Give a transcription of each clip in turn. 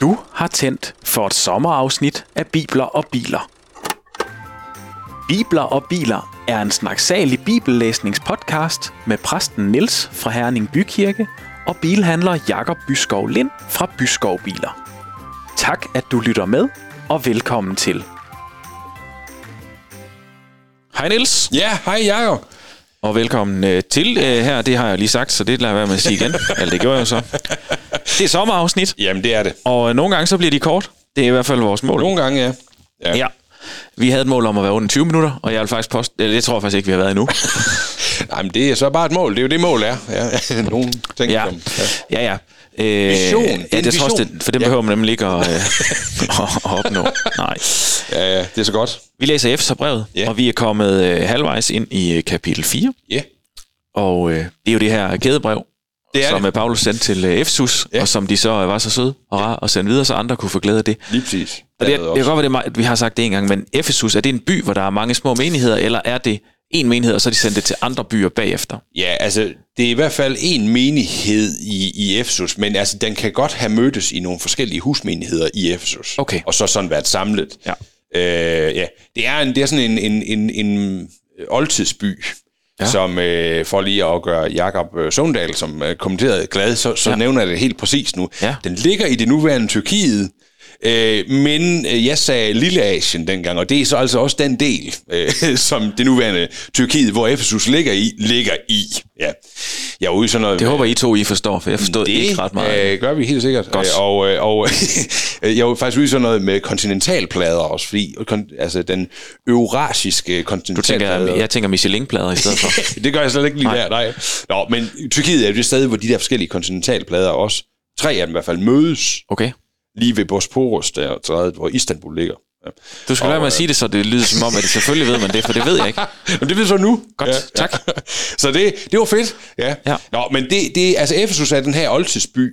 Du har tændt for et sommerafsnit af Bibler og Biler. Bibler og Biler er en snaksalig bibellæsningspodcast med præsten Niels fra Herning Bykirke og bilhandler Jakob Byskov Lind fra Byskov Biler. Tak at du lytter med, og velkommen til. Hej Niels. Ja, hej Jakob. Og velkommen til her, det har jeg lige sagt, så det lader jeg være med at sige igen. Eller det gjorde jeg jo så. Det er sommerafsnit. Jamen, det er det. Og nogle gange så bliver de kort. Det er i hvert fald vores mål. Nogle gange, ja. Ja. Vi havde et mål om at være under 20 minutter, og jeg vil faktisk det tror jeg faktisk ikke, vi har været endnu. Nej, men det er så bare et mål. Det er jo det mål er. Ja. Nogle ting ja. Som, ja. Vision. Ja, det tror jeg, for det behøver man nemlig ikke at opnå. Nej. Ja, det er så godt. Vi læser Efeserbrevet, og vi er kommet halvvejs ind i kapitel 4. Ja. Og det er jo det her kædebrev, som Paulus sendte til Efesus, og som de så var så søde og rare og sendte videre, så andre kunne få glæde af det. Lige præcis. Og det kan godt være, at vi har sagt det en gang, men Efesus, er det en by, hvor der er mange små menigheder, eller er det en menighed, og så er de sendt det til andre byer bagefter? Ja, altså, det er i hvert fald en menighed i Efesus, men altså, den kan godt have mødtes i nogle forskellige husmenigheder i Efesus. Okay. Og så sådan været samlet. Ja. Det er sådan en oldtidsby. Ja. Som for lige at gøre Jakob Sundal, som kommenterede glad, så nævner jeg det helt præcis nu. Ja. Den ligger i det nuværende Tyrkiet, men jeg sagde Lilleasien dengang, og det er så altså også den del, som det nuværende Tyrkiet, hvor Efesus ligger i. Ja. Jeg er ude sådan noget. Det håber I to, I forstår, for jeg forstod det ikke ret meget. Det gør vi helt sikkert. Godt. Og jeg er faktisk ude sådan noget med kontinentalplader også, fordi altså den eurasiske kontinentalplader. Jeg tænker Michelin-plader i stedet for. Det gør jeg slet ikke lige der, nej. Nå, men Tyrkiet er jo det sted, hvor de der forskellige kontinentalplader også, 3 af dem i hvert fald, mødes. Okay. Lige ved Bosporus, der, hvor Istanbul ligger. Ja. Du skal lade mig at sige det, så det lyder som om, at det selvfølgelig ved man det, for det ved jeg ikke. Men det ved så nu. Godt, tak. Så det var fedt. Ja. Nå, men det altså Efesus er den her oldtidsby,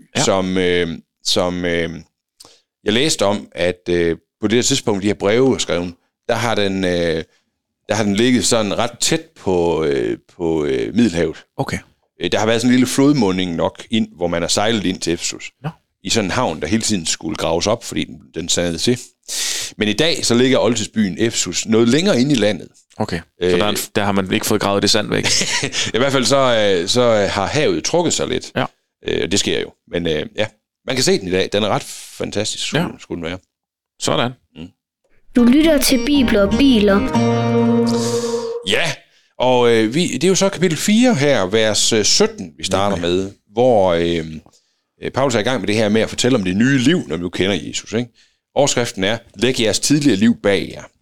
som jeg læste om, at på det her tidspunkt, de her breve skrevet, der har den ligget sådan ret tæt på Middelhavet. Okay. Der har været sådan en lille flodmunding nok ind, hvor man har sejlet ind til Efesus. Nå. I sådan en havn, der hele tiden skulle graves op, fordi den sandede til. Men i dag, så ligger oldtidsbyen Efesus noget længere inde i landet. Okay, så der har man ikke fået gravet det sand væk. I hvert fald så har havet trukket sig lidt. Ja. Det sker jo. Men man kan se den i dag. Den er ret fantastisk, skulle den være. Sådan. Du lytter til Bibler og Biler. Ja, og det er jo så kapitel 4 her, vers 17, vi starter med, hvor Paulus er i gang med det her med at fortælle om det nye liv, når vi nu kender Jesus. Ikke? Overskriften er, læg jeres tidligere liv bag jer.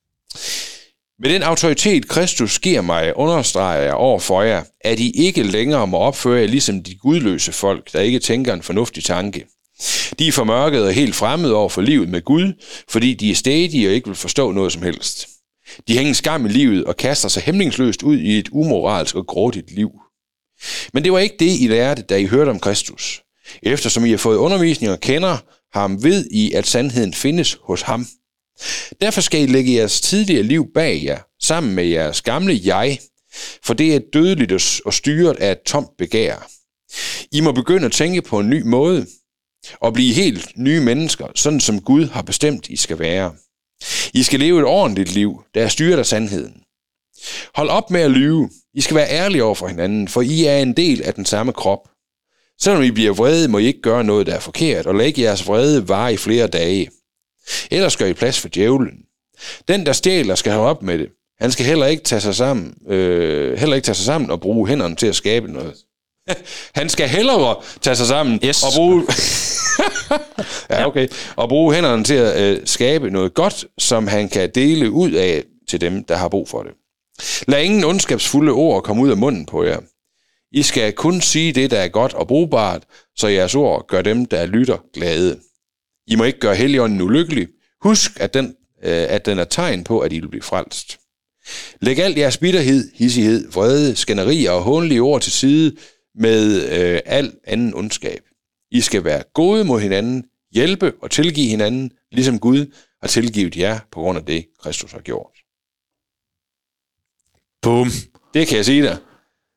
Med den autoritet, Kristus giver mig, understreger jeg over for jer, at I ikke længere må opføre jer ligesom de gudløse folk, der ikke tænker en fornuftig tanke. De er formørkede og helt fremmede over for livet med Gud, fordi de er stædige og ikke vil forstå noget som helst. De hænger skam i livet og kaster sig hæmningsløst ud i et umoralsk og grådigt liv. Men det var ikke det, I lærte, da I hørte om Kristus. Eftersom I har fået undervisning og kender ham, ved I, at sandheden findes hos ham. Derfor skal I lægge jeres tidligere liv bag jer, sammen med jeres gamle jeg, for det er dødeligt og styret af et tomt begær. I må begynde at tænke på en ny måde, og blive helt nye mennesker, sådan som Gud har bestemt, I skal være. I skal leve et ordentligt liv, der er styret af sandheden. Hold op med at lyve. I skal være ærlige over for hinanden, for I er en del af den samme krop. Selvom I bliver vrede, må I ikke gøre noget, der er forkert, og lad ikke jeres vrede vare i flere dage. Ellers gør I plads for djævlen. Den, der stjæler, skal have op med det. Han skal heller ikke tage sig sammen og bruge hænderne til at skabe noget. Han skal hellere tage sig sammen og bruge og bruge hænderne til at skabe noget godt, som han kan dele ud af til dem, der har brug for det. Lad ingen ondskabsfulde ord komme ud af munden på jer. I skal kun sige det, der er godt og brugbart, så jeres ord gør dem, der lytter, glade. I må ikke gøre Helligånden ulykkelig. Husk, at den er tegn på, at I vil blive frelst. Læg alt jeres bitterhed, hidsighed, vrede, skænderier og hånlige ord til side med al anden ondskab. I skal være gode mod hinanden, hjælpe og tilgive hinanden, ligesom Gud har tilgivet jer på grund af det, Kristus har gjort. Boom. Det kan jeg sige dig.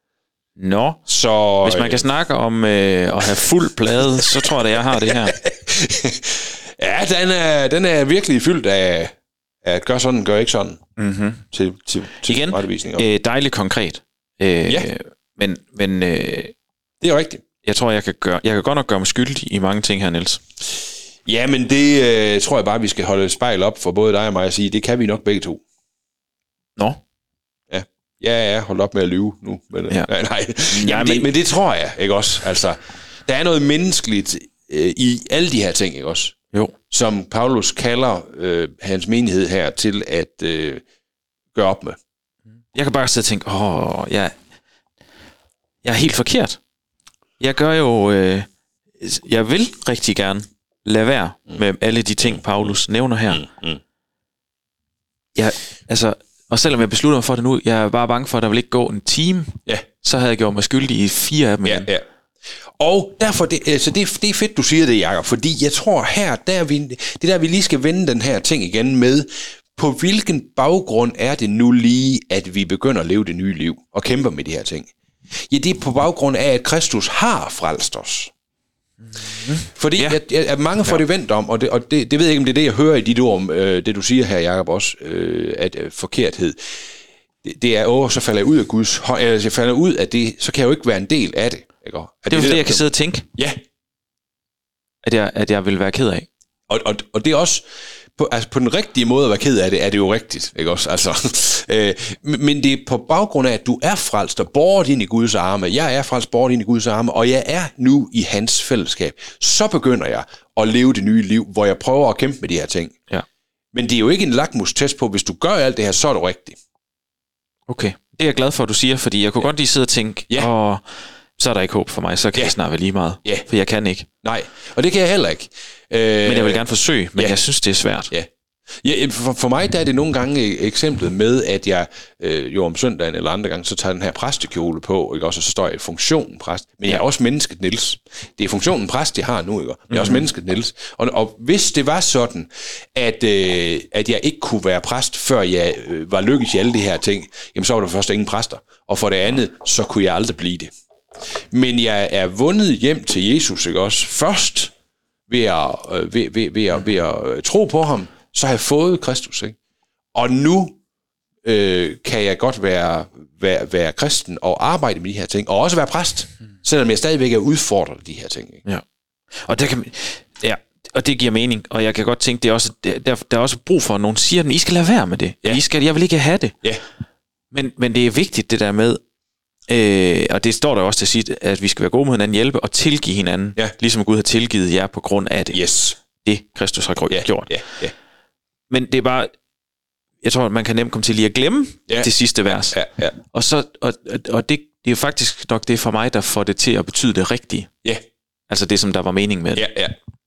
Nå, så hvis man kan snakke om at have fuld plade, så tror jeg, at jeg har det her. Ja, den er virkelig fyldt af at gør sådan, gør ikke sådan. Mm-hmm. Til igen, rettevisninger. Dejligt konkret. Men det er rigtigt. Jeg tror, jeg kan godt nok gøre mig skyldig i mange ting her, Niels. Ja, men det tror jeg bare, vi skal holde et spejl op for både dig og mig og sige, det kan vi nok begge to. Nå? Ja, hold op med at lyve nu. Men, ja. Nej. Men det tror jeg, ikke også? Altså, der er noget menneskeligt i alle de her ting, ikke også? Jo. Som Paulus kalder hans menighed her til at gøre op med. Jeg kan bare sidde og tænke, jeg er helt forkert. Jeg gør jo, jeg vil rigtig gerne lade være med alle de ting, Paulus nævner her. Og selvom jeg beslutter mig for det nu, jeg er bare bange for, at der vil ikke gå en time, så havde jeg gjort mig skyldig i 4 af dem. Ja. Og derfor, det er fedt, du siger det, Jacob, fordi jeg tror her, vi lige skal vende den her ting igen med, på hvilken baggrund er det nu lige, at vi begynder at leve det nye liv og kæmper med de her ting? Ja, det er på baggrund af, at Kristus har frelst os. Fordi at mange får det vendt om, og det ved jeg ikke, om det er det, jeg hører i dit ord, det du siger her, Jacob, også, at forkerthed, det er, så falder jeg ud af Guds hånd, eller jeg falder ud af det, så kan jeg jo ikke være en del af det. Ikke? Det er fordi, jeg kan sidde og tænke, at jeg vil være ked af. Og det er også, på den rigtige måde at være ked af det, er det jo rigtigt, ikke også? Altså, men det er på baggrund af, at du er frelst og båret ind i Guds arme. Jeg er frelst, båret ind i Guds arme, og jeg er nu i hans fællesskab. Så begynder jeg at leve det nye liv, hvor jeg prøver at kæmpe med de her ting. Ja. Men det er jo ikke en lakmustest på, hvis du gør alt det her, så er du rigtig. Okay, det er jeg glad for, at du siger, fordi jeg kunne godt lige sidde og tænke, så er der ikke håb for mig, så kan jeg snart være lige meget, for jeg kan ikke. Nej, og det kan jeg heller ikke. Men jeg vil gerne forsøge, men jeg synes, det er svært. Ja, for mig der er det nogle gange eksemplet med, at jeg jo om søndagen eller andre gange, så tager den her præstekjole på, ikke? Også, så står jeg i funktionen præst. Men jeg er også mennesket Niels. Det er funktionen præst, jeg har nu, ikke? Men jeg er også mennesket Niels. Og hvis det var sådan, at jeg ikke kunne være præst, før jeg var lykkes i alle de her ting, jamen så var der først ingen præster. Og for det andet, så kunne jeg aldrig blive det. Men jeg er vundet hjem til Jesus, ikke også? Først ved at tro på ham, så har jeg fået Kristus, ikke? Og nu kan jeg godt være kristen og arbejde med de her ting, og også være præst, selvom jeg stadigvæk er udfordret de her ting, ikke? Ja. Og det giver mening, og jeg kan godt tænke, det er også, der er også brug for, at nogen siger, at I skal lade være med det. Ja. Jeg vil ikke have det. Ja. Men det er vigtigt, det der med, og det står der også til sidst, at vi skal være gode mod hinanden, hjælpe og tilgive hinanden, ligesom Gud har tilgivet jer på grund af det. Yes. Det Kristus har gjort. Ja. Men det er bare, jeg tror, at man kan nemt komme til lige at glemme det sidste vers. Ja. Og det er faktisk nok det for mig, der får det til at betyde det rigtige. Ja. Altså det, som der var mening med det. Ja.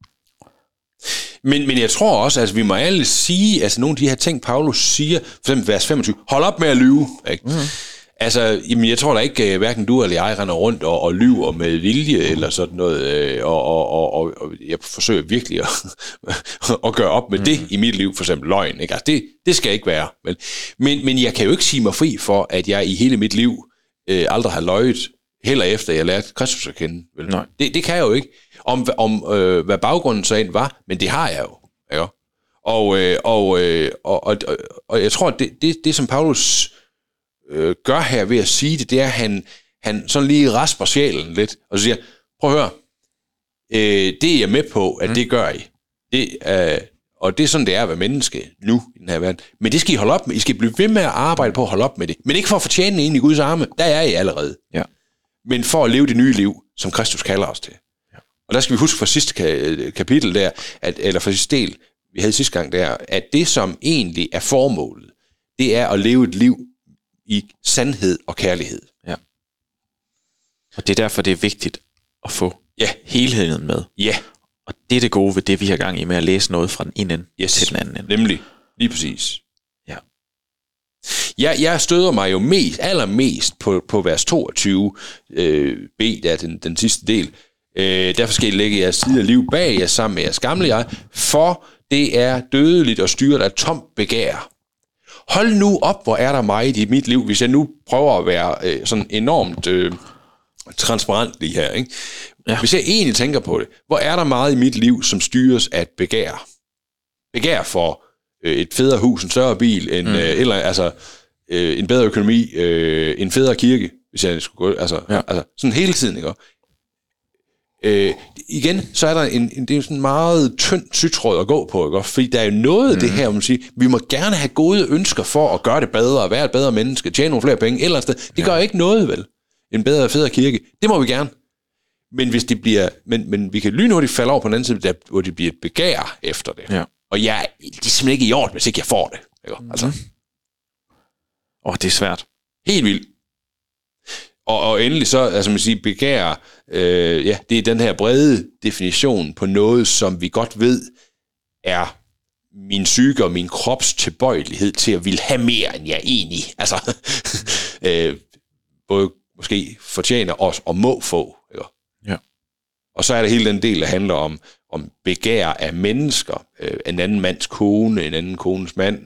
Men jeg tror også, at vi må alle sige, altså nogle af de her ting, Paulus siger, for eksempel vers 25, hold op med at lyve, ikke? Mm-hmm. Altså, jamen, jeg tror da ikke, hverken du eller jeg render rundt og lyver med vilje eller sådan noget, og jeg forsøger virkelig at gøre op med det i mit liv, for eksempel løgn, ikke? Altså, det skal ikke være. Men jeg kan jo ikke sige mig fri for, at jeg i hele mit liv aldrig har løjet, heller efter jeg lærte Kristus at kende. Vel? Det kan jeg jo ikke. Om hvad baggrunden så end var, men det har jeg jo. Ikke? Og jeg tror, at det som Paulus gør her ved at sige det, det er, at han sådan lige rasper sjælen lidt, og så siger, prøv at høre, det er jeg med på, at det gør I. Og det er sådan, det er at være menneske nu i den her verden. Men det skal I holde op med. I skal blive ved med at arbejde på at holde op med det. Men ikke for at fortjene ind i Guds arme. Der er I allerede. Ja. Men for at leve det nye liv, som Kristus kalder os til. Ja. Og der skal vi huske fra sidste kapitel der, eller fra sidste del, vi havde sidste gang der, at det, som egentlig er formålet, det er at leve et liv i sandhed og kærlighed. Ja. Og det er derfor, det er vigtigt at få helheden med. Ja. Og det er det gode ved det, vi har gang i med at læse noget fra den ene ende til den anden ende. Nemlig. Lige præcis. Ja. Jeg støder mig jo allermest på vers 22 b, der er den sidste del. Derfor skal I lægge jeres tidligere liv bag jer sammen med jeres gamle jeg, for det er dødeligt og styret af tomt begær. Hold nu op, hvor er der meget i mit liv, hvis jeg nu prøver at være sådan enormt transparent lige her, ikke? Ja. Hvis jeg egentlig tænker på det, hvor er der meget i mit liv, som styres af et begær? Begær for et federe hus, en større bil, en bedre økonomi, en federe kirke, hvis jeg skulle gå, altså sådan hele tiden, ikke? Igen, så er der det er jo sådan en meget tynd sytråd at gå på, ikke? Fordi der er jo noget af det her, man siger, vi må gerne have gode ønsker for at gøre det bedre, være et bedre menneske, tjene nogle flere penge, eller sted. Det gør ikke noget, vel? En bedre, federe kirke, det må vi gerne. Men hvis det bliver, men vi kan lynhurtigt falde over på den anden side, hvor det bliver et begær efter det. Ja. Og det er simpelthen ikke i orden, hvis ikke jeg får det. Ikke? Altså. Det er svært. Helt vildt. Og endelig så, altså man siger, begær, det er den her brede definition på noget, som vi godt ved er min psyke og min krops tilbøjelighed til at ville have mere, end jeg egentlig, altså, både måske fortjener os og må få. Ikke? Ja. Og så er der hele den del, der handler om begær af mennesker, en anden mands kone, en anden kones mand,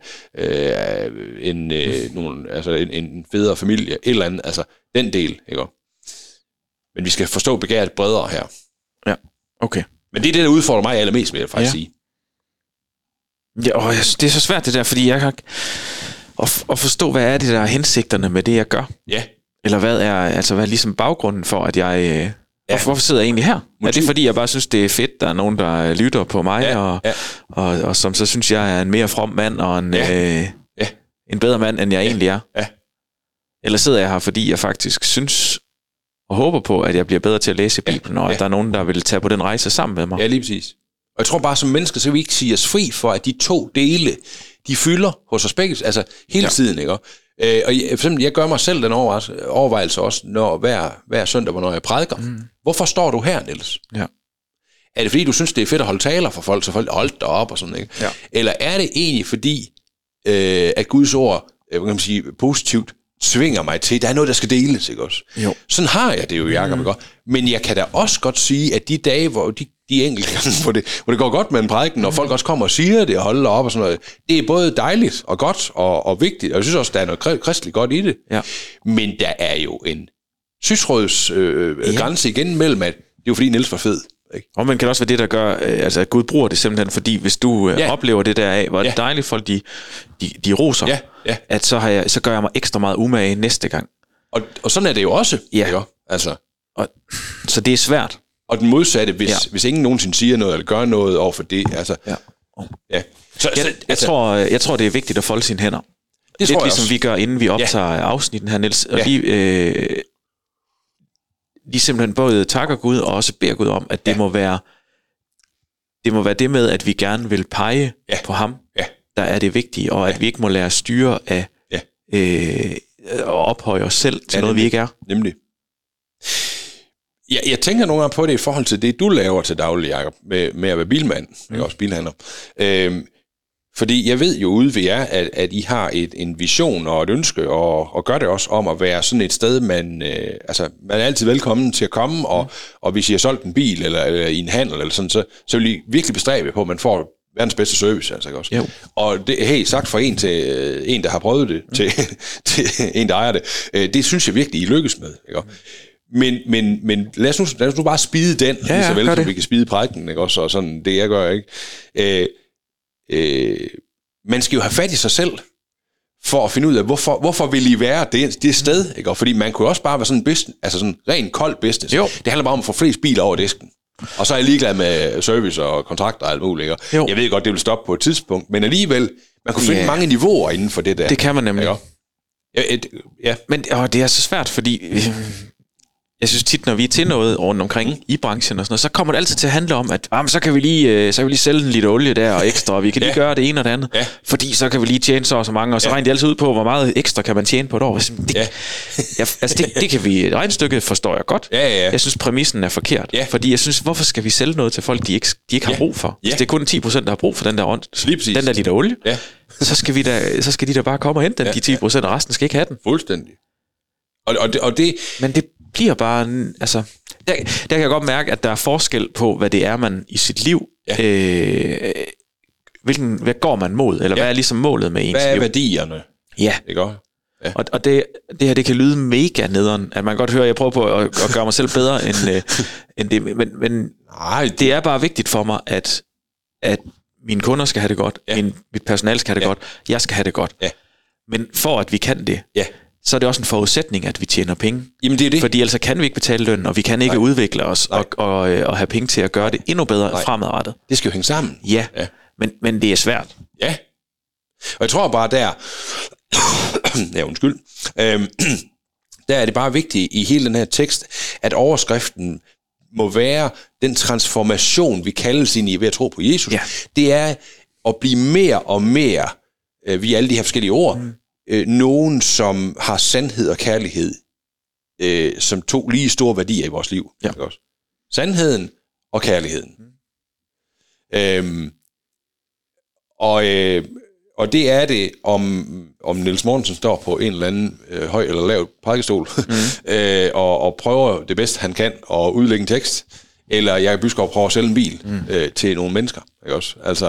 en federe familie, et eller andet, altså den del, ikke? Men vi skal forstå begæret bredere her. Ja, okay. Men det er det, der udfordrer mig allermest, vil jeg faktisk sige. Ja, det er så svært det der, fordi jeg kan at forstå, hvad er det der hensigterne med det, jeg gør? Ja. Eller hvad er ligesom baggrunden for, at jeg... Hvorfor sidder jeg egentlig her? Motiv. Er det fordi, jeg bare synes, det er fedt, der er nogen, der lytter på mig, og som så synes, jeg er en mere from mand, og en bedre mand, end jeg egentlig er? Ja. Eller sidder jeg her, fordi jeg faktisk synes og håber på, at jeg bliver bedre til at læse Bibelen, og at der er nogen, der vil tage på den rejse sammen med mig? Ja, lige præcis. Og jeg tror bare, som mennesker, så vil vi ikke sige os fri for, at de to dele, de fylder hos os begge, altså hele tiden, ikke? Og for eksempel, jeg gør mig selv den overvejelse også, når hver søndag, når jeg prædiker. Hvorfor står du her, Niels? Ja. Er det fordi, du synes, det er fedt at holde taler for folk, så folk holdt dig op og sådan, ikke? Ja. Eller er det egentlig fordi, at Guds ord, kan man sige, positivt tvinger mig til, der er noget, der skal deles, ikke også? Jo. Sådan har jeg det jo, Jacob, ikke? Men jeg kan da også godt sige, at de dage, hvor de enkelte gange, hvor det går godt med en prædiken, og folk også kommer og siger det, og holder op og sådan noget, det er både dejligt og godt og vigtigt, og jeg synes også, der er noget kristeligt godt i det. Ja. Men der er jo en sydsråds grænse igen mellem, at det er jo fordi Niels var fed. Ikke? Og man kan også være det, der gør, at Gud bruger det simpelthen, fordi hvis du oplever det der af, hvor det dejligt folk, de roser, at så gør jeg mig ekstra meget umage næste gang. Og sådan er det jo også. Ja. Ikke? Altså. Så det er svært. Og den modsatte, hvis ingen nogensinde siger noget, eller gør noget over for det, altså. Ja. Jeg tror, det er vigtigt at folde sine hænder. Det lidt ligesom vi gør, inden vi optager afsnitten her, Niels. Og de simpelthen både takker Gud, og også beder Gud om, at det må være det med, at vi gerne vil pege på ham, der er det vigtige, og at vi ikke må lade os styre af at ophøje os selv til noget, vi ikke er. Nemlig. Jeg tænker nogle gange på det i forhold til det, du laver til daglig, Jacob, med at være bilmand, også bilhandler. Fordi jeg ved jo ude ved jer, at I har en vision og et ønske, og gør det også om at være sådan et sted, man er altid velkommen til at komme, og hvis I har solgt en bil, eller i en handel, eller sådan, så vil I virkelig bestræbe på, at man får verdens bedste service, altså også. Jo. Og det helt sagt fra en til en, der har prøvet det, til en, der ejer det. Det synes jeg virkelig, I lykkes med, ikke? Men lad os nu bare spide den, lige så vel som vi kan spide prædiken, ikke også, og sådan det jeg gør, ikke? Man skal jo have fat i sig selv for at finde ud af, hvorfor vil I være det sted, ikke? Og fordi man kunne også bare være sådan en business, altså sådan en kold business. Jo. Det handler bare om at få flest biler over disken. Og så er jeg ligeglad med service og kontrakter og alt muligt, ikke? Jeg ved godt, det vil stoppe på et tidspunkt, men alligevel, man kunne finde mange niveauer inden for det der. Det kan man nemlig. Men det er så svært, fordi jeg synes tit, når vi er til noget rundt omkring i branchen og sådan noget, så kommer det altid til at handle om, at så kan vi lige sælge en liter olie der og ekstra, og vi kan lige gøre det ene og det andet, fordi så kan vi lige tjene så og så mange, og så regner de altid ud på, hvor meget ekstra kan man tjene på et år. Det kan vi, regnestykket forstår jeg godt. Jeg synes, præmissen er forkert, fordi jeg synes, hvorfor skal vi sælge noget til folk, de ikke har brug for? Hvis det er kun 10%, der har brug for den der liter olie, så skal de da bare komme og hente den, de 10%, og resten skal ikke have den. Fuldstændig. Men det bliver bare, der kan jeg godt mærke, at der er forskel på, hvad det er, man i sit liv, hvad går man mod, eller hvad er ligesom målet med ens liv? Hvad er værdierne? Ja. Ikke også? Ja. Og det her, det kan lyde mega nederen, at man kan godt høre, at jeg prøver på at gøre mig selv bedre end det, men Nej, det er bare vigtigt for mig, at mine kunder skal have det godt, mit personale skal have det godt, jeg skal have det godt. Ja. Men for at vi kan det, så er det også en forudsætning, at vi tjener penge. Jamen det er det. Fordi ellers kan vi ikke betale løn, og vi kan ikke udvikle os og have penge til at gøre det endnu bedre fremadrettet. Det skal jo hænge sammen. Ja. Men det er svært. Ja. Og jeg tror bare der... undskyld. Der er det bare vigtigt i hele den her tekst, at overskriften må være den transformation, vi kaldes ind i ved at tro på Jesus. Ja. Det er at blive mere og mere, via alle de her forskellige ord, nogen, som har sandhed og kærlighed, som to lige store værdier i vores liv. Ja. Sandheden og kærligheden. Og det er det, om Niels Mortensen står på en eller anden høj eller lav prædikestol og prøver det bedste, han kan at udlægge en tekst, eller Jakob Byskov prøver at sælge en bil til nogle mennesker, ikke også? Altså,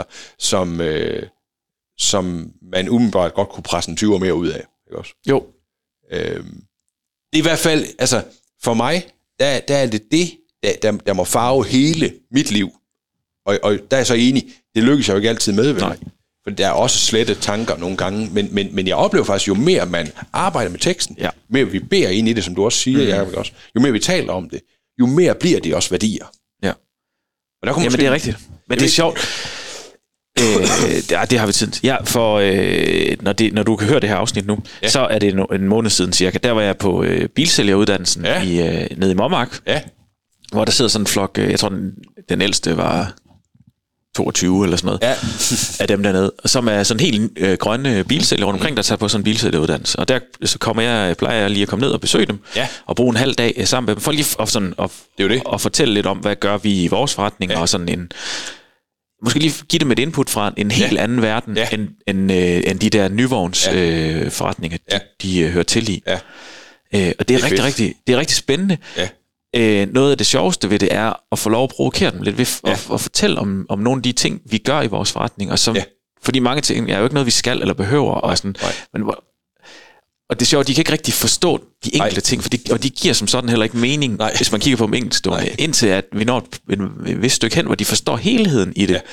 som man umiddelbart godt kunne presse en 20 mere ud af, ikke også? Jo. Det er i hvert fald, altså, for mig, der er det, der må farve hele mit liv. Og der er jeg så enig, det lykkes jeg jo ikke altid med, vel? Nej. For der er også slette tanker nogle gange, men jeg oplever faktisk, jo mere man arbejder med teksten, mere vi beder ind i det, som du også siger, Jacob, også, jo mere vi taler om det, jo mere bliver det også værdier. Ja. Og der men det er rigtigt. Men det er sjovt. Det har vi tid. Ja, for når du kan høre det her afsnit nu, så er det en måned siden cirka. Der var jeg på bilsælgeruddannelsen nede i Mommark, hvor der sidder sådan en flok, jeg tror den ældste var 22 eller sådan noget, af dem dernede, som er sådan helt grønne bilsælgere rundt omkring, der tager på sådan en bilsælgeruddannelse. Og der så plejer jeg lige at komme ned og besøge dem, og bruge en halv dag sammen med dem, for lige at fortælle lidt om, hvad gør vi i vores forretning, og sådan måske lige give dem et input fra en helt anden verden, end de der nyvogns forretninger, de hører til i. Og det er det er rigtig spændende. Noget af det sjoveste ved det er at få lov at provokere dem lidt ved at fortælle om nogle af de ting, vi gør i vores forretning, og som, fordi mange ting er jo ikke noget, vi skal eller behøver, og sådan, og det er sjovt, de kan ikke rigtig forstå de enkelte ting, og de giver som sådan heller ikke mening, hvis man kigger på dem enkeltstående, indtil at vi når et vist stykke hen, hvor de forstår helheden i det.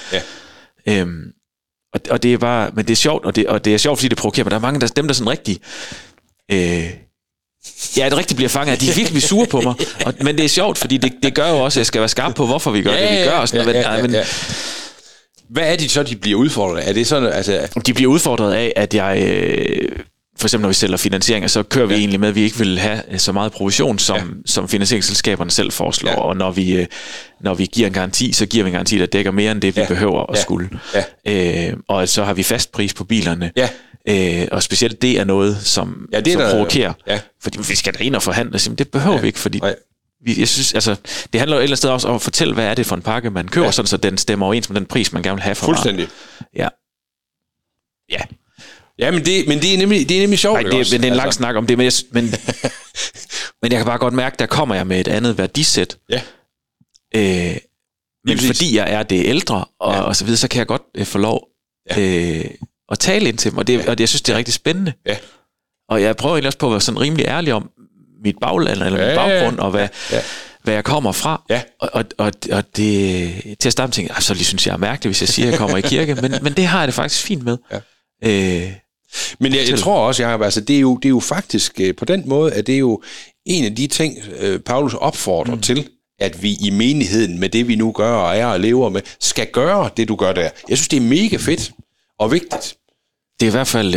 Og det er bare, men det er sjovt, og det er sjovt, fordi det provokerer, men der er mange, der sådan rigtig... det rigtigt bliver fanget, at de virkelig sure på mig. Men det er sjovt, fordi det gør jo også, at jeg skal være skarp på, hvorfor vi gør det, vi gør. Og sådan, Hvad er det så, de bliver udfordret af? Er det sådan, altså... De bliver udfordret af, at jeg... for eksempel, når vi sælger finansieringer, så kører vi egentlig med, at vi ikke vil have så meget provision, som finansieringsselskaberne selv foreslår. Og når vi giver en garanti, så giver vi en garanti, der dækker mere end det, vi behøver at skulle. Og så har vi fast pris på bilerne. Og specielt det er noget, som provokerer. Fordi vi skal da ind og forhandle, det behøver vi ikke, fordi... Jeg synes, altså, det handler jo et eller andet sted også om at fortælle, hvad er det for en pakke, man køber, sådan så den stemmer overens med den pris, man gerne vil have for fuldstændig. Ja, men det er nemlig sjovt. Nej, det er en lang snak om det, men jeg kan bare godt mærke, der kommer jeg med et andet værdisæt. Men fordi jeg er det ældre, og så videre, så kan jeg godt få lov at tale ind til dem, og jeg synes, det er rigtig spændende. Og jeg prøver egentlig også på at være sådan rimelig ærlig om mit bagland, eller min baggrund, og hvad jeg kommer fra. Og det, til at starte tænke, så lige synes jeg er mærkeligt, hvis jeg siger, at jeg kommer i kirke, men det har jeg det faktisk fint med. Men jeg tror også, Jacob, altså det er jo faktisk på den måde, at det er jo en af de ting, Paulus opfordrer til, at vi i menigheden med det, vi nu gør og er og lever med, skal gøre det, du gør der. Jeg synes, det er mega fedt og vigtigt. Det er i hvert fald...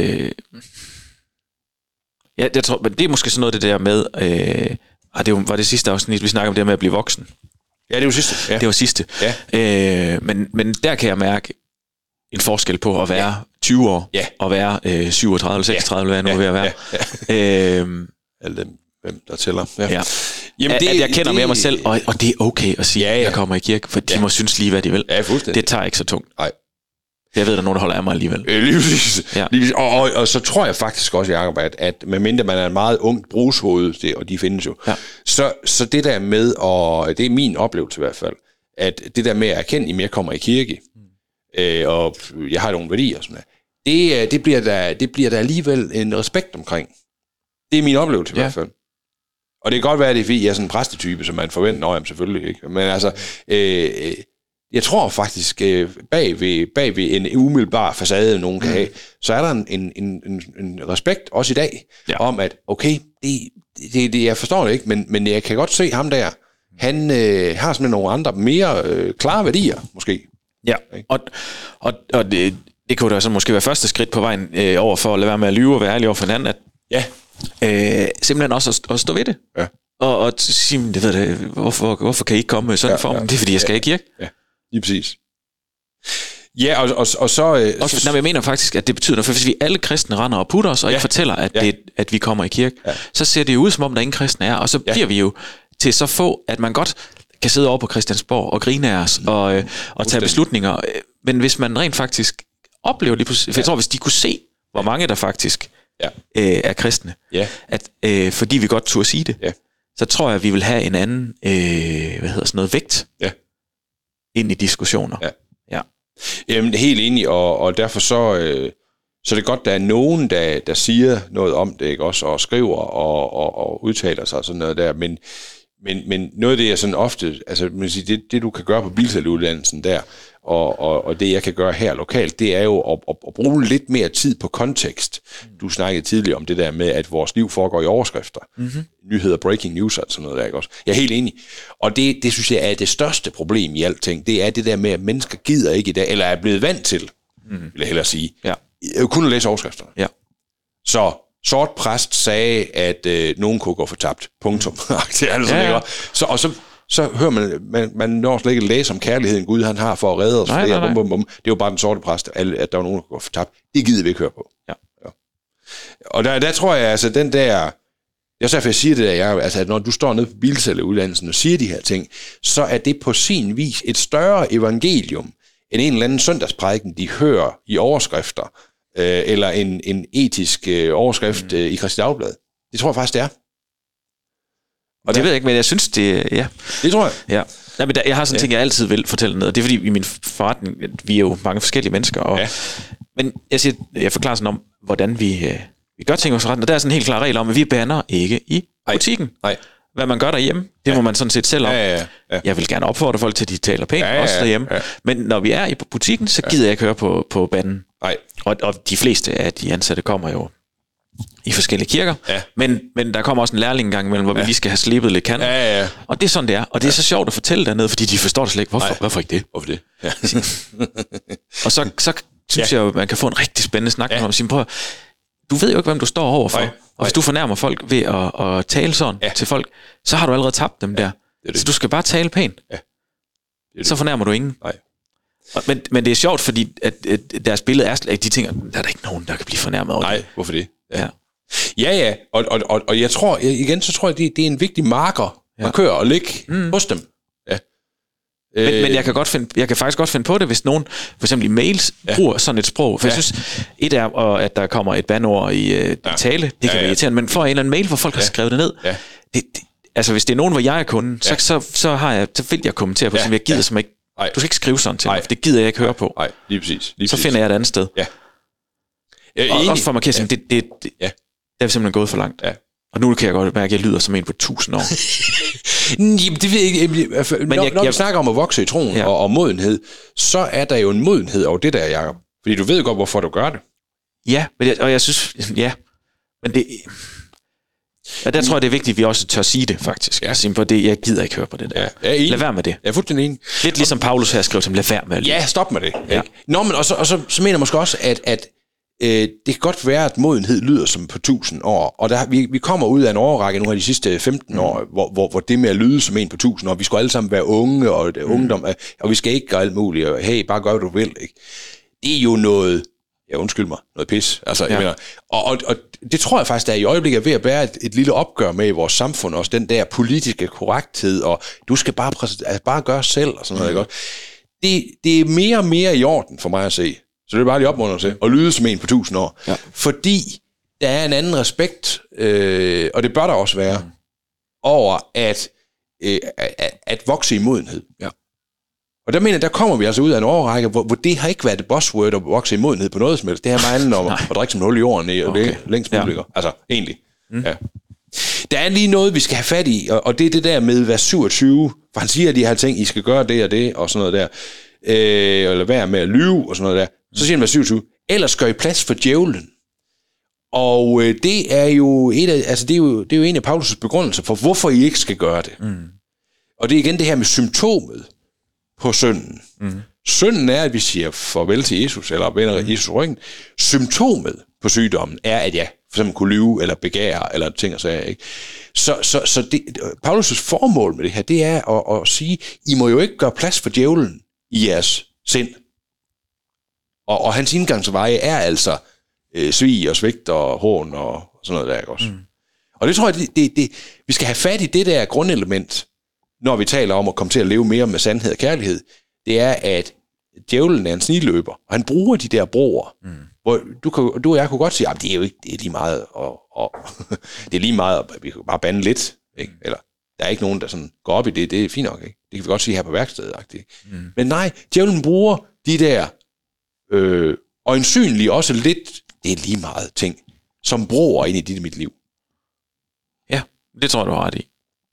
jeg tror, men det er måske sådan noget det der med... det var det sidste afsnit, vi snakkede om det her med at blive voksen. Ja, det var sidste. Det var sidste. Men der kan jeg mærke en forskel på at være 20 år og være 37 eller 36, hvad jeg nu er ved at være. Alle dem, hvem der tæller. Jamen, at jeg kender mere mig selv, og det er okay at sige, at jeg kommer i kirke, for de må synes lige, hvad de vil. Det tager ikke så tungt. Nej. Jeg ved, der er nogen, der holder af mig alligevel. Lige og så tror jeg faktisk også, Jacob, at medmindre man er en meget ung brugshoved, og de findes jo, så det der med, og det er min oplevelse i hvert fald, at det der med at erkende, at jeg kommer i kirke, og jeg har nogle værdier og sådan noget, det bliver der alligevel en respekt omkring. Det er min oplevelse i hvert fald. Og det kan godt være, at det er fordi, jeg er sådan en præstetype, som man forventer. Jamen, selvfølgelig ikke. Men altså, jeg tror faktisk, bag ved en umiddelbar facade, nogen kan have, så er der en respekt, også i dag, om at, okay, det jeg forstår det ikke, men jeg kan godt se ham der, han har simpelthen nogle andre, mere klare værdier, måske. Ja, og det kunne da så måske være første skridt på vejen over for at lade være med at lyve og være ærlig over for hinanden, at simpelthen også at stå ved det. Ja. Og sige, det ved det, hvorfor kan I ikke komme med sådan en form? Det er, fordi jeg skal i kirke. Ja, lige præcis. Ja, og så... jeg mener faktisk, at det betyder noget, for hvis vi alle kristne render og putter os, og ikke fortæller, at vi kommer i kirke, så ser det jo ud, som om der ingen kristne er, og så bliver vi jo til så få, at man godt kan sidde over på Christiansborg og grine af os, og tage beslutninger. Men hvis man rent faktisk oplever det, for jeg tror, hvis de kunne se, hvor mange der faktisk er kristne, at fordi vi godt turde sige det, så tror jeg, at vi vil have en anden, vægt ind i diskussioner. Ja. Jamen, helt enig, og derfor så er det godt, der er nogen, der siger noget om det, ikke også, og skriver og udtaler sig og sådan noget der, men noget af det er sådan ofte, altså man siger, det du kan gøre på bilsælgeruddannelsen der, og det jeg kan gøre her lokalt, det er jo at bruge lidt mere tid på kontekst. Du snakkede tidligere om det der med, at vores liv foregår i overskrifter. Nyheder, breaking news og sådan noget der, ikke også? Jeg er helt enig. Og det synes jeg er det største problem i alting. Det er det der med, at mennesker gider ikke i dag, eller er blevet vant til, vil jeg hellere sige, kun at læse overskrifterne. Ja. Så sort præst sagde, at nogen kunne gå fortabt. Punktum. Så hører man når slet ikke læse om kærligheden Gud han har for at redde os. Nej. Det er jo bare den sorte præst, at der var nogen, der går fortabt. Det gider vi ikke høre på. Ja. Og der tror jeg, altså den der... Det er også derfor, jeg siger det der, altså, at når du står nede på bilsælgeruddannelsen og siger de her ting, så er det på sin vis et større evangelium, end en eller anden søndagsprædiken, de hører i overskrifter, eller en etisk overskrift i Kristi Dagblad. Det tror jeg faktisk, det er. Og det ved jeg ikke, men jeg synes, det... Ja. Det tror jeg. Ja. Nej, men jeg har sådan en ting, jeg altid vil fortælle ned, og det er fordi, i min forretning, vi er jo mange forskellige mennesker, og, men jeg forklarer sådan om, hvordan vi gør ting hos forretningen, og der er sådan en helt klar regel om, at vi banner ikke i butikken. Nej. Hvad man gør derhjemme, det må man sådan set selv om. Ja. Jeg vil gerne opfordre folk til, at de taler pænt, også derhjemme. Ja. Men når vi er i butikken, så gider jeg ikke høre på banen. Nej. Og de fleste af de ansatte kommer jo i forskellige kirker, men der kommer også en lærling engang imellem, hvor vi lige skal have slebet lidt kant. Ja. Og det er sådan, det er. Og det er så sjovt at fortælle dernede, fordi de forstår det slet ikke. Hvorfor ikke det? Hvorfor det? Ja. Og så synes jeg jo, man kan få en rigtig spændende snak om at sige, prøv, du ved jo ikke, hvem du står overfor. Nej. Og hvis du fornærmer folk ved at tale sådan til folk, så har du allerede tabt dem der. Det. Så du skal bare tale pænt. Ja. Det. Så fornærmer du ingen. Nej. Men det er sjovt, fordi at deres billede er slet, de tænker, der er der ikke nogen, der kan blive fornærmet over det. Nej, hvorfor det? Ja. Og jeg tror, det er en vigtig marker, man kører og ligge hos dem. Ja. Men jeg kan faktisk godt finde på det, hvis nogen, for eksempel i mails, bruger sådan et sprog. For jeg synes, et er, at der kommer et bandord i tale, det kan være irriterende, men for en eller anden mail, hvor folk har skrevet det ned, altså hvis det er nogen, hvor jeg er kunden, så vil jeg kommentere på, som jeg gider som ikke. Du skal ikke skrive sådan til mig, for det gider jeg ikke høre på. Nej, lige præcis. Så finder jeg et andet sted. Ja. Og også for mig at det er simpelthen gået for langt. Ja. Og nu kan jeg godt mærke, at jeg lyder som en på 1000 år. Jamen, det ved jeg ikke. Når vi snakker om at vokse i troen og modenhed, så er der jo en modenhed over det der, Jacob. Fordi du ved godt, hvorfor du gør det. Ja, og jeg synes... Ja, men det... Ja, der tror jeg, det er vigtigt, at vi også tør sige det, faktisk. Ja. Sige på det, jeg gider ikke høre på det der. Ja, lad være med det. Jeg er fuldstændig enig. Lidt ligesom Paulus her skrev til ham, lad være med det. Ja, stop med det. Ja. Nå, men og så mener jeg måske også, at det kan godt være, at modenhed lyder som på 1000 år, og vi kommer ud af en årrække nu af de sidste 15 år, hvor det med at lyde som en på 1000 år, vi skal alle sammen være unge, og ungdom, og vi skal ikke gøre alt muligt, og hey, bare gør, hvad du vil. Ikke? Det er jo noget... Ja, undskyld mig, noget pis. Altså, jeg mener, og det tror jeg faktisk, der i øjeblikket er ved at bære et lille opgør med i vores samfund, også den der politiske korrekthed, og du skal bare gøre selv, og sådan noget, ikke? Det er mere og mere i orden for mig at se. Så det er bare lige opmuntret til at lyde som en på 1000 år. Ja. Fordi der er en anden respekt, og det bør der også være, over at vokse i modenhed. Ja. Og der mener, der kommer vi altså ud af en årrække, hvor det har ikke været et buzzword at vokse i modenhed på noget som helst. Det her meget om at drikke som hul i jorden og det længst muligt. Altså, egentlig. Ja. Der er lige noget, vi skal have fat i, og det er det der med vers 27, for han siger, at de har tænkt, I skal gøre det og det, og sådan noget der, eller være med at lyve, og sådan noget der. Så siger han vers 27, ellers gør I plads for djævlen. Og det er jo det er jo en af Paulus' begrundelser for, hvorfor I ikke skal gøre det. Og det er igen det her med symptomet på synden. Synden er, at vi siger farvel til Jesus, eller vender Jesus ryggen. Symptomet på sygdommen er, at jeg for eksempel kunne lyve, eller begære, eller ting og sager, ikke? Så det, Paulus' formål med det her, det er at sige, I må jo ikke gøre plads for djævlen i jeres sind. Og hans indgangsveje er altså svig og svigt og hån og sådan noget der, ikke også? Og det tror jeg, vi skal have fat i det der grundelement, når vi taler om at komme til at leve mere med sandhed og kærlighed. Det er, at djævlen er en sniløber, og han bruger de der broer, hvor du og jeg kunne godt sige, at det er jo ikke, det er lige meget, og det er lige meget, at vi kan bare bande lidt, ikke? Eller der er ikke nogen, der sådan går op i det, det er fint nok, ikke? Det kan vi godt sige her på værkstedet. Men nej, djævlen bruger de der, øjensynligt også lidt, det er lige meget ting, som broer ind i dit mit liv. Ja, det tror jeg, du har ret i.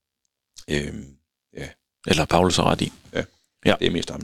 Ja. Eller Paulus har ret i. Ja, det er mest ham,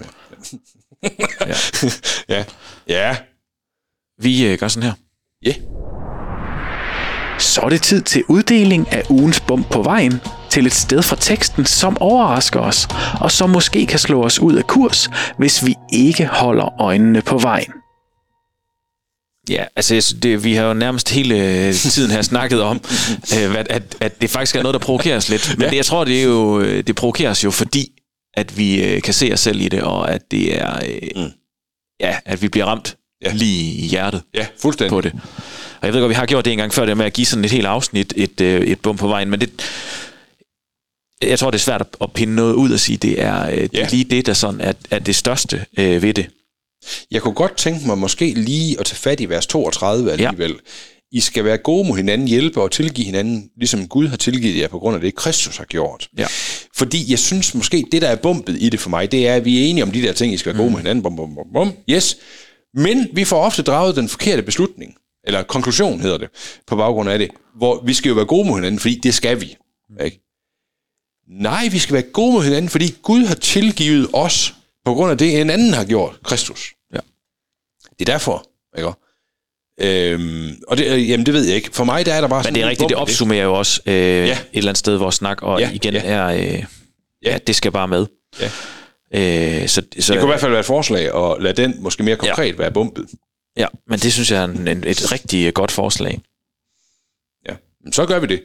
ja. Ja. Vi gør sådan her. Ja. Så er det tid til uddeling af ugens bump på vejen til et sted fra teksten, som overrasker os, og som måske kan slå os ud af kurs, hvis vi ikke holder øjnene på vejen. Ja, altså vi har jo nærmest hele tiden her snakket om, at det faktisk er noget, der provokerer os lidt. Men jeg tror, det provokerer os jo, fordi at vi kan se os selv i det, og at det er, at vi bliver ramt lige i hjertet fuldstændig på det. Og jeg ved godt, vi har gjort det en gang før, det med at give sådan et helt afsnit, et bump på vejen, men jeg tror, det er svært at pinde noget ud og sige, det er lige det, der sådan er det største ved det. Jeg kunne godt tænke mig måske lige at tage fat i vers 32 alligevel. Ja. I skal være gode mod hinanden, hjælpe og tilgive hinanden, ligesom Gud har tilgivet jer på grund af det, Kristus har gjort. Ja. Fordi jeg synes måske, det der er bumpet i det for mig, det er, at vi er enige om de der ting, I skal være gode mod hinanden. Bum, bum, bum, bum. Yes. Men vi får ofte draget den forkerte beslutning, eller konklusion hedder det, på baggrund af det, hvor vi skal jo være gode mod hinanden, fordi det skal vi. Ikke? Nej, vi skal være gode mod hinanden, fordi Gud har tilgivet os på grund af det, en anden har gjort, Kristus. Ja. Det er derfor, ikke? Og det ved jeg ikke. For mig, der er der bare sådan... Men det er rigtigt, det opsummerer jo også et eller andet sted vores snak, og igen er, det skal bare med. Ja. Så det kunne i hvert fald være et forslag, og lade den måske mere konkret være bumpet. Ja, men det synes jeg er et rigtig godt forslag. Ja, så gør vi det.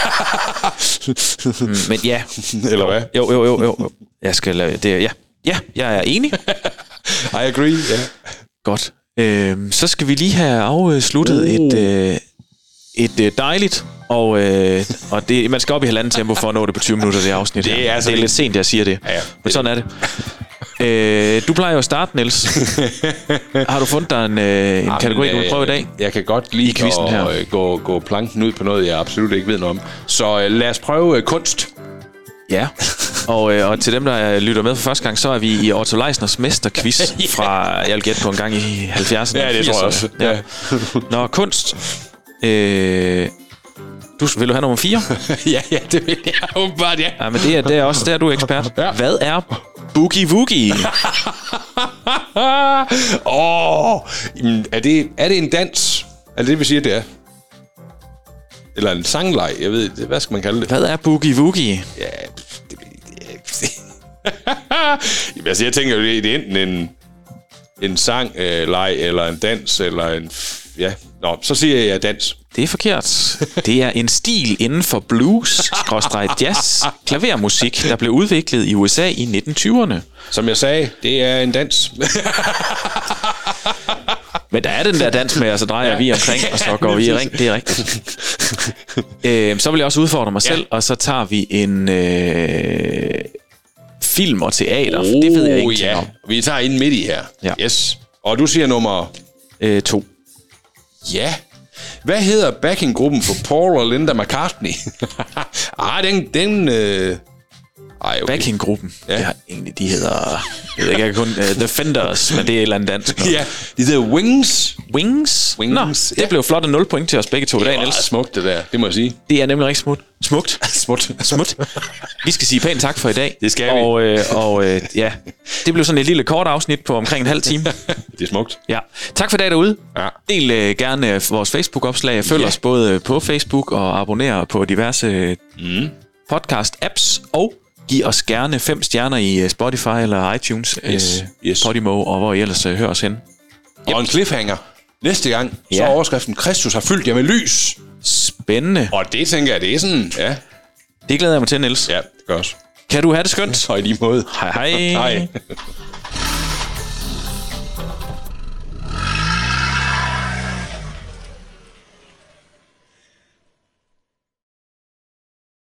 Men ja. Eller hvad? Jo. Jeg skal lave det. Ja, jeg er enig. I agree, ja. Godt. Så skal vi lige have afsluttet et dejligt, og det, man skal op i halvanden tempo for at nå det på 20 minutter, det afsnit her. Det er lidt sent, jeg siger det. Ja. Men sådan er det. Du plejer jo at starte, Niels. Har du fundet dig en kategori, du vil prøve i dag? Jeg kan godt lide at gå planken ud på noget, jeg absolut ikke ved noget om. Så lad os prøve kunst. Ja, og til dem, der lytter med for første gang, så er vi i Otto Leisners mesterquiz fra, jeg vil gætte på en gang i 70'erne. Ja, det tror jeg også. Ja. Nå, kunst. Vil du have nummer 4? ja, det vil jeg åbenbart, ja. Ja, men det er også der, du er ekspert. Ja. Hvad er Boogie Woogie? Er det en dans? Er det vi siger, det er? Eller en sangleg? Jeg ved, hvad skal man kalde det? Hvad er Boogie Woogie? Ja, Jamen, altså, jeg tænker jo, det er enten en sang-leg, eller en dans, eller en... Ja, så siger jeg dans. Det er forkert. Det er en stil inden for blues, jazz, klavermusik, der blev udviklet i USA i 1920'erne. Som jeg sagde, det er en dans. Men der er den der dans med, og så drejer vi omkring, og så går vi i ring. Det er rigtigt. Så vil jeg også udfordre mig selv, og så tager vi en film og teater. Det ved jeg ikke om. Vi tager en midt i her. Ja. Yes. Og du siger nummer 2. Ja. Hvad hedder backinggruppen for Paul og Linda McCartney? Okay. Backing-gruppen. Ja. De hedder... Jeg kan kun... The Fenders, men det er et eller andet dansk. Ja, de hedder Wings. Wings? Nå, det blev flot 0 point til os begge to i dag, Niels. Det er smukt, det der. Det må jeg sige. Det er nemlig rigtig smukt. Smut. Vi skal sige pænt tak for i dag. Det skal vi. Og ja, det blev sådan et lille kort afsnit på omkring en halv time. Det er smukt. Ja. Tak for i dag derude. Ja. Del gerne vores Facebook-opslag. Følg os både på Facebook og abonner på diverse podcast-apps. Og giv os gerne 5 stjerner i Spotify eller iTunes, Podimo og hvor I ellers hører os hen. Og en cliffhanger. Næste gang, så er overskriften, Kristus har fyldt jer med lys. Spændende. Og det tænker jeg, det er sådan, ja. Det glæder jeg mig til, Niels. Ja, det gør også. Kan du have det skønt? Og i lige måde. Hej. Hej.